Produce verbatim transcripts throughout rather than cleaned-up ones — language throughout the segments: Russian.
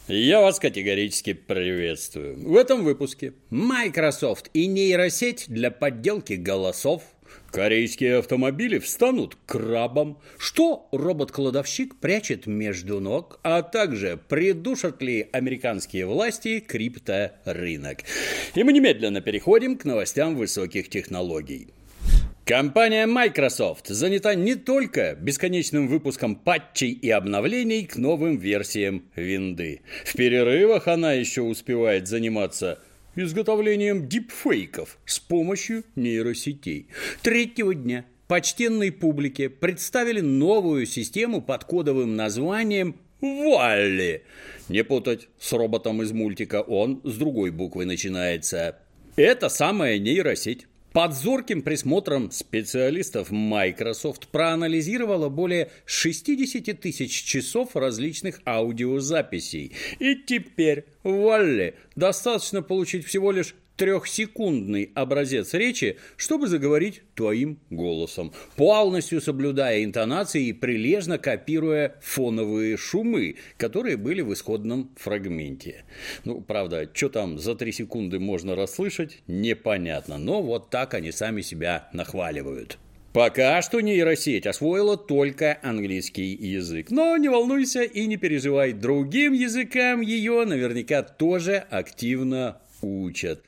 Я вас категорически приветствую. В этом выпуске Microsoft и нейросеть для подделки голосов. Корейские автомобили встанут крабом. Что робот-кладовщик прячет между ног, а также придушат ли американские власти крипторынок. И мы немедленно переходим к новостям высоких технологий. Компания Microsoft занята не только бесконечным выпуском патчей и обновлений к новым версиям винды. В перерывах она еще успевает заниматься изготовлением дипфейков с помощью нейросетей. Третьего дня почтенной публике представили новую систему под кодовым названием Валли. Не путать с роботом из мультика, он с другой буквы начинается. Это самая нейросеть под зорким присмотром специалистов Microsoft проанализировала более шестьдесят тысяч часов различных аудиозаписей. И теперь Валли достаточно получить всего лишь трехсекундный образец речи, чтобы заговорить твоим голосом, полностью соблюдая интонации и прилежно копируя фоновые шумы, которые были в исходном фрагменте. Ну, правда, что там за три секунды можно расслышать, непонятно, но вот так они сами себя нахваливают. Пока что нейросеть освоила только английский язык. Но не волнуйся и не переживай, другим языкам ее наверняка тоже активно учат.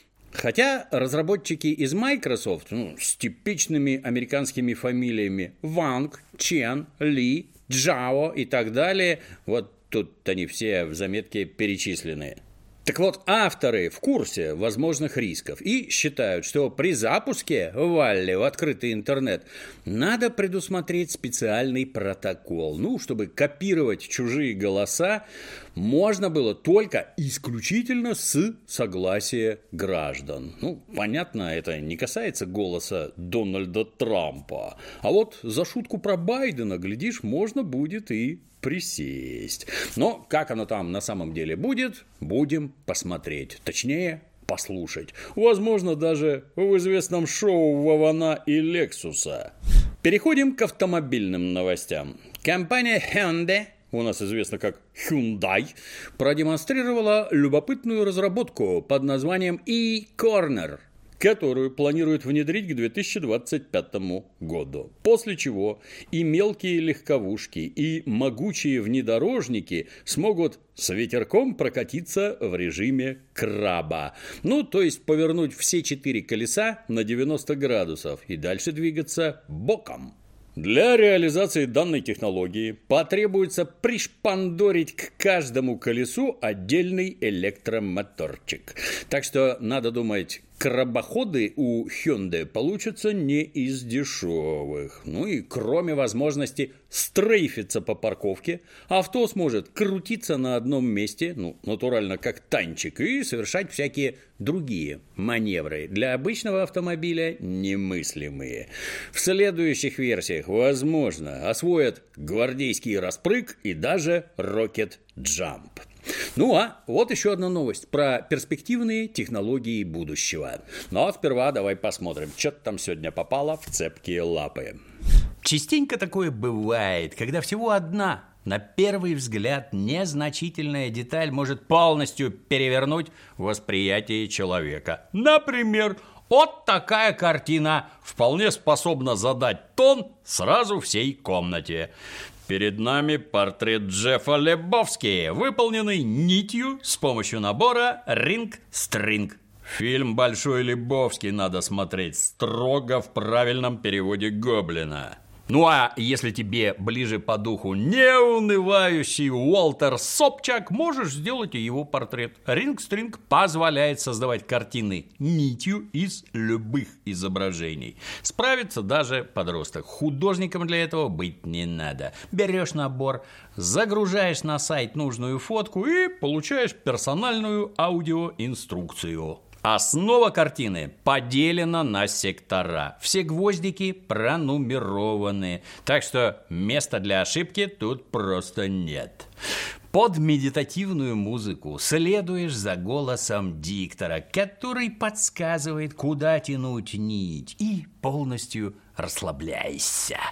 Хотя разработчики из Microsoft ну, с типичными американскими фамилиями Ванг, Чен, Ли, Джао и так далее, вот тут они все в заметке перечислены. Так вот, авторы в курсе возможных рисков и считают, что при запуске Валли в открытый интернет надо предусмотреть специальный протокол, ну, чтобы копировать чужие голоса можно было только исключительно с согласия граждан. Ну, понятно, это не касается голоса Дональда Трампа, а вот за шутку про Байдена, глядишь, можно будет и присесть. Но как оно там на самом деле будет, будем посмотреть. Точнее, послушать. Возможно, даже в известном шоу Вована и Лексуса. Переходим к автомобильным новостям. Компания Hyundai, у нас известно как Hyundai, продемонстрировала любопытную разработку под названием e-Corner, которую планируют внедрить к две тысячи двадцать пятому году. После чего и мелкие легковушки, и могучие внедорожники смогут с ветерком прокатиться в режиме краба. Ну, то есть повернуть все четыре колеса на девяносто градусов и дальше двигаться боком. Для реализации данной технологии потребуется пришпандорить к каждому колесу отдельный электромоторчик. Так что, надо думать, крабоходы у Hyundai получатся не из дешевых. Ну и кроме возможности стрейфиться по парковке, авто сможет крутиться на одном месте, ну, натурально как танчик, и совершать всякие другие маневры, для обычного автомобиля немыслимые. В следующих версиях, возможно, освоят гвардейский распрыг и даже рокет-джамп. Ну а вот еще одна новость про перспективные технологии будущего. Но сперва давай посмотрим, что там сегодня попало в цепкие лапы. Частенько такое бывает, когда всего одна, на первый взгляд, незначительная деталь может полностью перевернуть восприятие человека. Например, вот такая картина вполне способна задать тон сразу всей комнате. Перед нами портрет Джеффа Лебовски, выполненный нитью с помощью набора Ring-String. Фильм «Большой Лебовски» надо смотреть строго в правильном переводе Гоблина. Ну а если тебе ближе по духу неунывающий Уолтер Собчак, можешь сделать и его портрет. Ring-String позволяет создавать картины нитью из любых изображений. Справится даже подросток. Художником для этого быть не надо. Берешь набор, загружаешь на сайт нужную фотку и получаешь персональную аудиоинструкцию. Основа картины поделена на сектора. Все гвоздики пронумерованы. Так что места для ошибки тут просто нет. Под медитативную музыку следуешь за голосом диктора, который подсказывает, куда тянуть нить, и полностью расслабляйся.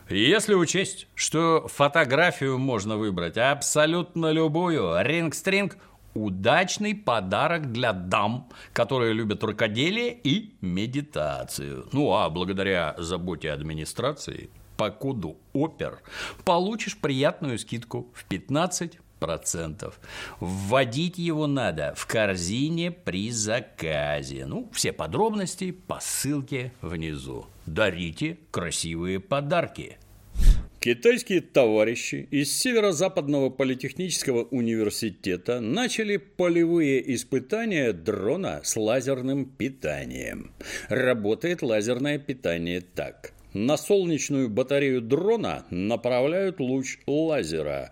Если учесть, что фотографию можно выбрать абсолютно любую, ринг-стринг – удачный подарок для дам, которые любят рукоделие и медитацию. Ну а благодаря заботе администрации по коду ОПЕР получишь приятную скидку в пятнадцать процентов. Вводить его надо в корзине при заказе. Ну, все подробности по ссылке внизу. Дарите красивые подарки. Китайские товарищи из Северо-Западного политехнического университета начали полевые испытания дрона с лазерным питанием. Работает лазерное питание так. На солнечную батарею дрона направляют луч лазера,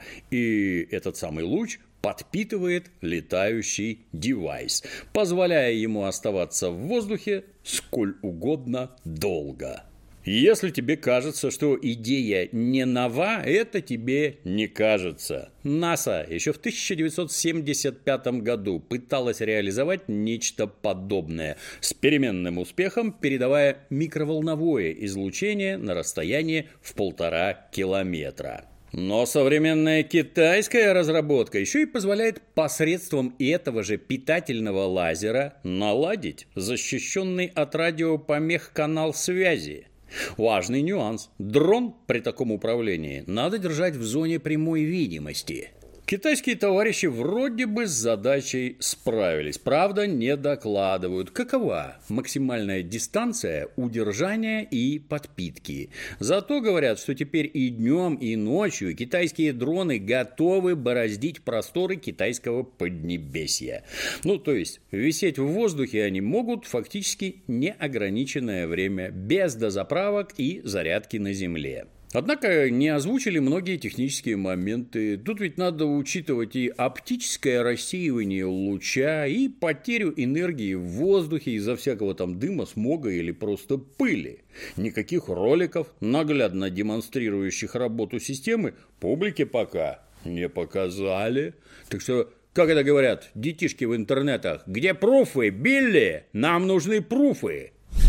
и этот самый луч подпитывает летающий девайс, позволяя ему оставаться в воздухе сколь угодно долго. Если тебе кажется, что идея не нова, это тебе не кажется. НАСА еще в тысяча девятьсот семьдесят пятом году пыталась реализовать нечто подобное, с переменным успехом передавая микроволновое излучение на расстояние в полтора километра. Но современная китайская разработка еще и позволяет посредством этого же питательного лазера наладить защищенный от радиопомех канал связи. Важный нюанс. Дрон при таком управлении надо держать в зоне прямой видимости. Китайские товарищи вроде бы с задачей справились, правда, не докладывают, какова максимальная дистанция удержания и подпитки. Зато говорят, что теперь и днем, и ночью китайские дроны готовы бороздить просторы китайского поднебесья. Ну, то есть, висеть в воздухе они могут фактически неограниченное время, без дозаправок и зарядки на земле. Однако не озвучили многие технические моменты. Тут ведь надо учитывать и оптическое рассеивание луча, и потерю энергии в воздухе из-за всякого там дыма, смога или просто пыли. Никаких роликов, наглядно демонстрирующих работу системы, публике пока не показали. Так что, как это говорят детишки в интернетах, где пруфы, Билли? Нам нужны пруфы.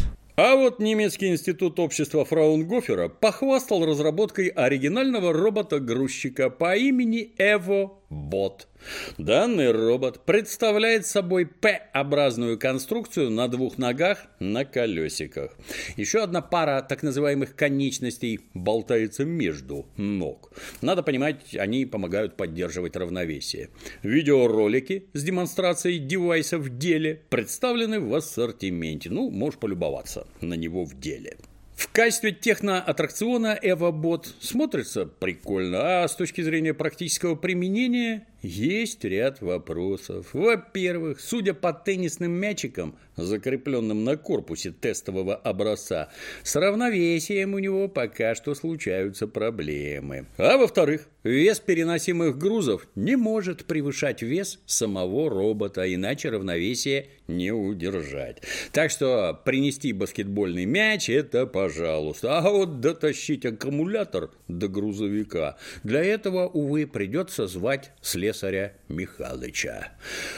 А вот немецкий институт общества Фраунгофера похвастал разработкой оригинального робота-грузчика по имени EvoBot. Данный робот представляет собой П-образную конструкцию на двух ногах на колесиках. Еще одна пара так называемых конечностей болтается между ног. Надо понимать, они помогают поддерживать равновесие. Видеоролики с демонстрацией девайса в деле представлены в ассортименте. Ну, можешь полюбоваться на него в деле. В качестве техноаттракциона EvoBot смотрится прикольно, а с точки зрения практического применения есть ряд вопросов. Во-первых, судя по теннисным мячикам, закрепленным на корпусе тестового образца, с равновесием у него пока что случаются проблемы. А во-вторых, вес переносимых грузов не может превышать вес самого робота, иначе равновесие не удержать. Так что принести баскетбольный мяч – это пожалуйста. А вот дотащить аккумулятор до грузовика – для этого, увы, придется звать слесаря Михалыча.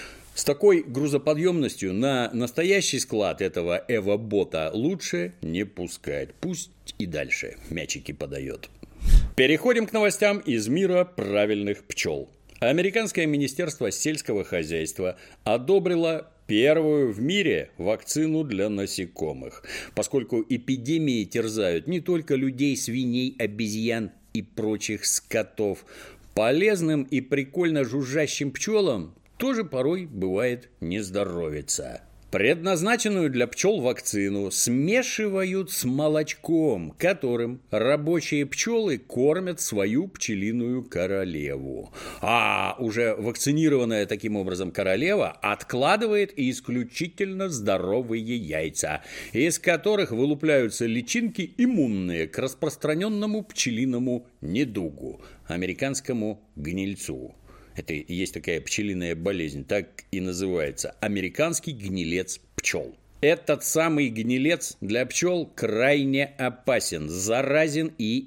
С такой грузоподъемностью на настоящий склад этого EvoBot лучше не пускать. Пусть и дальше мячики подает. Переходим к новостям из мира правильных пчел. Американское министерство сельского хозяйства одобрило первую в мире вакцину для насекомых, поскольку эпидемии терзают не только людей, свиней, обезьян и прочих скотов. Полезным и прикольно жужжащим пчелам тоже порой бывает не здоровится. Предназначенную для пчел вакцину смешивают с молочком, которым рабочие пчелы кормят свою пчелиную королеву. А уже вакцинированная таким образом королева откладывает исключительно здоровые яйца, из которых вылупляются личинки, иммунные к распространенному пчелиному недугу, американскому гнильцу. Это есть такая пчелиная болезнь, так и называется – американский гнилец пчел. Этот самый гнилец для пчел крайне опасен, заразен и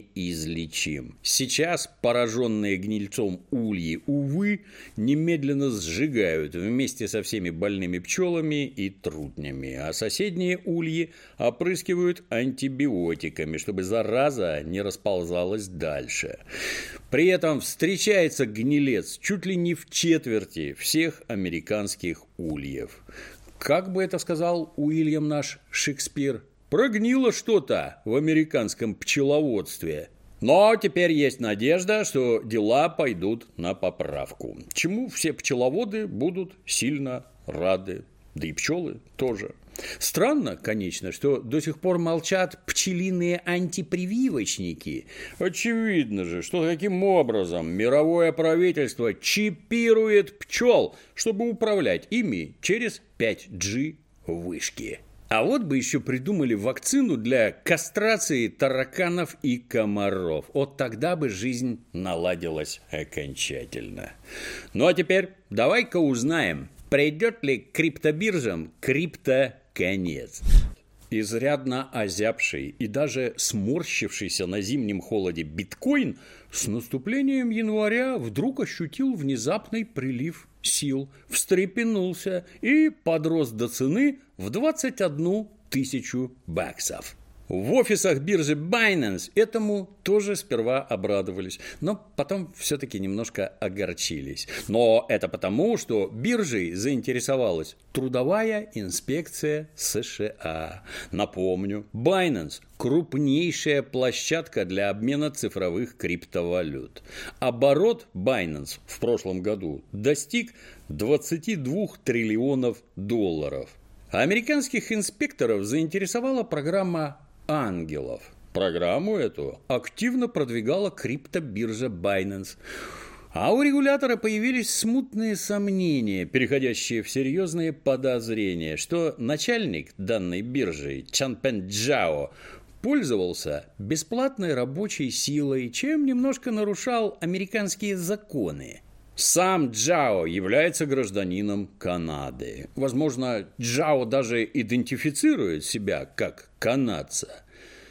неизлечим. Сейчас пораженные гнильцом ульи, увы, немедленно сжигают вместе со всеми больными пчелами и трутнями, а соседние ульи опрыскивают антибиотиками, чтобы зараза не расползалась дальше. При этом встречается гнилец чуть ли не в четверти всех американских ульев. Как бы это сказал Уильям наш Шекспир, прогнило что-то в американском пчеловодстве. Но теперь есть надежда, что дела пойдут на поправку, чему все пчеловоды будут сильно рады, да и пчелы тоже. Странно, конечно, что до сих пор молчат пчелиные антипрививочники. Очевидно же, что таким образом мировое правительство чипирует пчел, чтобы управлять ими через пять джи вышки. А вот бы еще придумали вакцину для кастрации тараканов и комаров. Вот тогда бы жизнь наладилась окончательно. Ну а теперь давай-ка узнаем, придет ли к криптобиржам криптоконец. Изрядно озябший и даже сморщившийся на зимнем холоде биткоин с наступлением января вдруг ощутил внезапный прилив сил, встрепенулся и подрос до цены в двадцать одну тысячу баксов. В офисах биржи Binance этому тоже сперва обрадовались, но потом все-таки немножко огорчились. Но это потому, что биржей заинтересовалась трудовая инспекция США. Напомню, Binance – крупнейшая площадка для обмена цифровых криптовалют. Оборот Binance в прошлом году достиг двадцать два триллионов долларов. Американских инспекторов заинтересовала программа ангелов. Программу эту активно продвигала криптобиржа Binance. А у регулятора появились смутные сомнения, переходящие в серьезные подозрения, что начальник данной биржи Чанпен Джао пользовался бесплатной рабочей силой, чем немножко нарушал американские законы. Сам Джао является гражданином Канады. Возможно, Джао даже идентифицирует себя как канадца.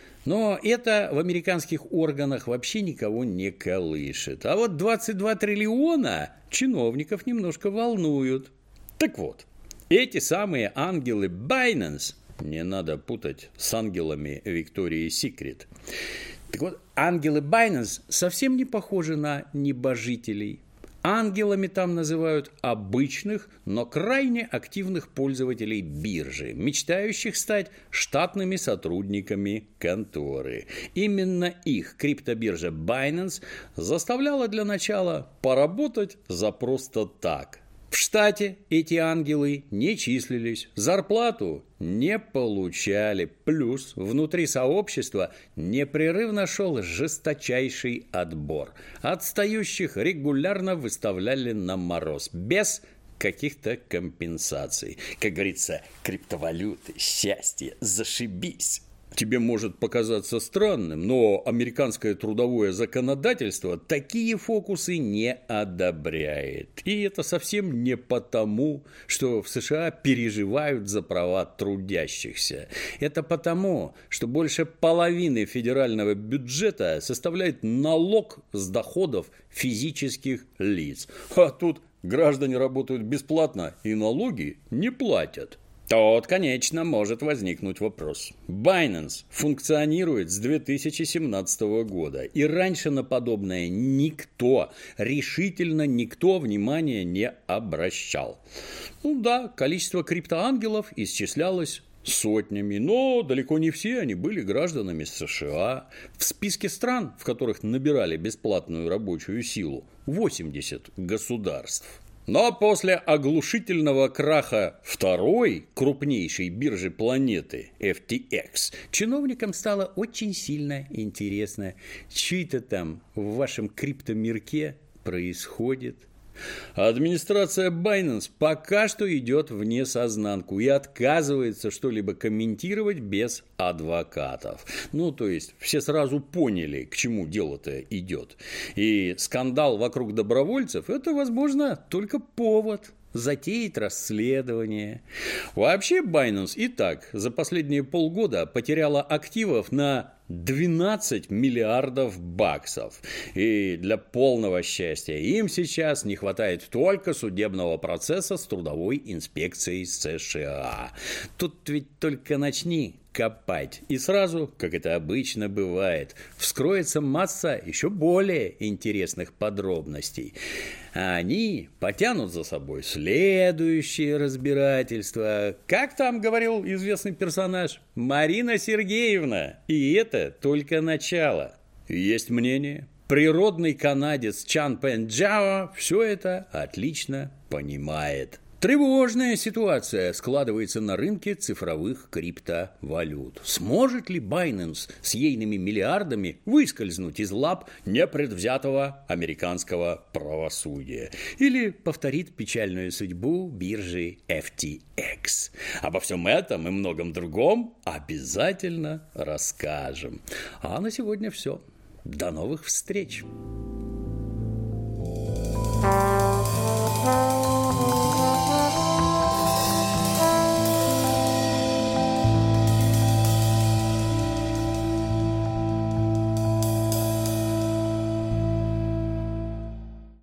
Но это в американских органах вообще никого не колышет. А вот двадцать два триллиона чиновников немножко волнуют. Так вот, эти самые ангелы Binance, не надо путать с ангелами Victoria's Secret. Так вот, ангелы Binance совсем не похожи на небожителей. Ангелами там называют обычных, но крайне активных пользователей биржи, мечтающих стать штатными сотрудниками конторы. Именно их криптобиржа Binance заставляла для начала поработать за просто так. В штате эти ангелы не числились, зарплату не получали, плюс внутри сообщества непрерывно шел жесточайший отбор. Отстающих регулярно выставляли на мороз, без каких-то компенсаций. Как говорится, криптовалюты, счастье, зашибись. Тебе может показаться странным, но американское трудовое законодательство такие фокусы не одобряет. И это совсем не потому, что в США переживают за права трудящихся. Это потому, что больше половины федерального бюджета составляет налог с доходов физических лиц. А тут граждане работают бесплатно и налоги не платят. Тут, конечно, может возникнуть вопрос. Binance функционирует с две тысячи семнадцатого года, и раньше на подобное никто, решительно никто внимания не обращал. Ну да, количество криптоангелов исчислялось сотнями, но далеко не все они были гражданами США. В списке стран, в которых набирали бесплатную рабочую силу, восемьдесят государств. Но после оглушительного краха второй крупнейшей биржи планеты, эф ти экс, чиновникам стало очень сильно интересно, что это там в вашем криптомирке происходит. Администрация Binance пока что идет в несознанку и отказывается что-либо комментировать без адвокатов. Ну, то есть, все сразу поняли, к чему дело-то идет. И скандал вокруг добровольцев – это, возможно, только повод затеять расследование. Вообще Binance и так за последние полгода потеряла активов на двенадцать миллиардов баксов. И для полного счастья им сейчас не хватает только судебного процесса с трудовой инспекцией США. Тут ведь только начни копать, и сразу, как это обычно бывает, вскроется масса еще более интересных подробностей. А они потянут за собой следующее разбирательство. Как там говорил известный персонаж? Марина Сергеевна. И это только начало. Есть мнение, природный канадец Чан Пен Джао все это отлично понимает. Тревожная ситуация складывается на рынке цифровых криптовалют. Сможет ли Binance с ейными миллиардами выскользнуть из лап непредвзятого американского правосудия? Или повторит печальную судьбу биржи эф ти экс? Обо всем этом и многом другом обязательно расскажем. А на сегодня все. До новых встреч!